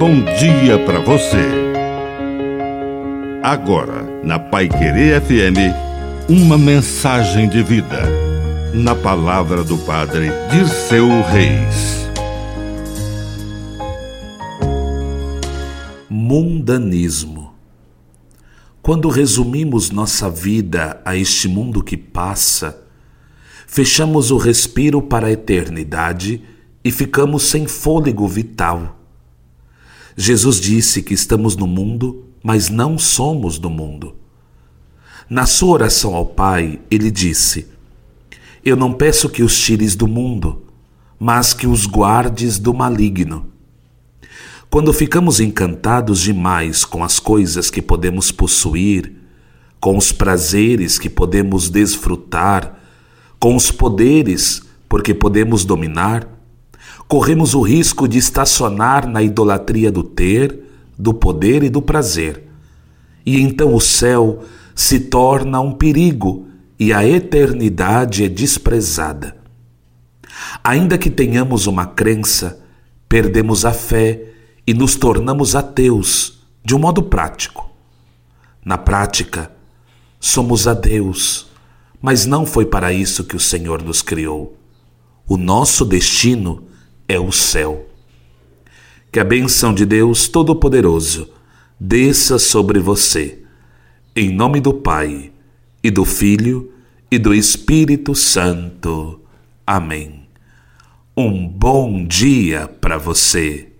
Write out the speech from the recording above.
bom dia para você. Agora, na Paiquerê FM, uma mensagem de vida. Na palavra do Padre Dirceu Reis. Mundanismo. Quando resumimos nossa vida a este mundo que passa, fechamos o respiro para a eternidade e ficamos sem fôlego vital. Jesus disse que estamos no mundo, mas não somos do mundo. Na sua oração ao Pai, ele disse: Eu não peço que os tires do mundo, mas que os guardes do maligno. Quando ficamos encantados demais com as coisas que podemos possuir, com os prazeres que podemos desfrutar, com os poderes porque podemos dominar, corremos o risco de estacionar na idolatria do ter, do poder e do prazer. E então o céu se torna um perigo e a eternidade é desprezada. Ainda que tenhamos uma crença, perdemos a fé e nos tornamos ateus, de um modo prático. Na prática, somos ateus, mas não foi para isso que o Senhor nos criou. O nosso destino é o céu. Que a bênção de Deus Todo-Poderoso desça sobre você, em nome do Pai, e do Filho, e do Espírito Santo. Amém. Um bom dia para você.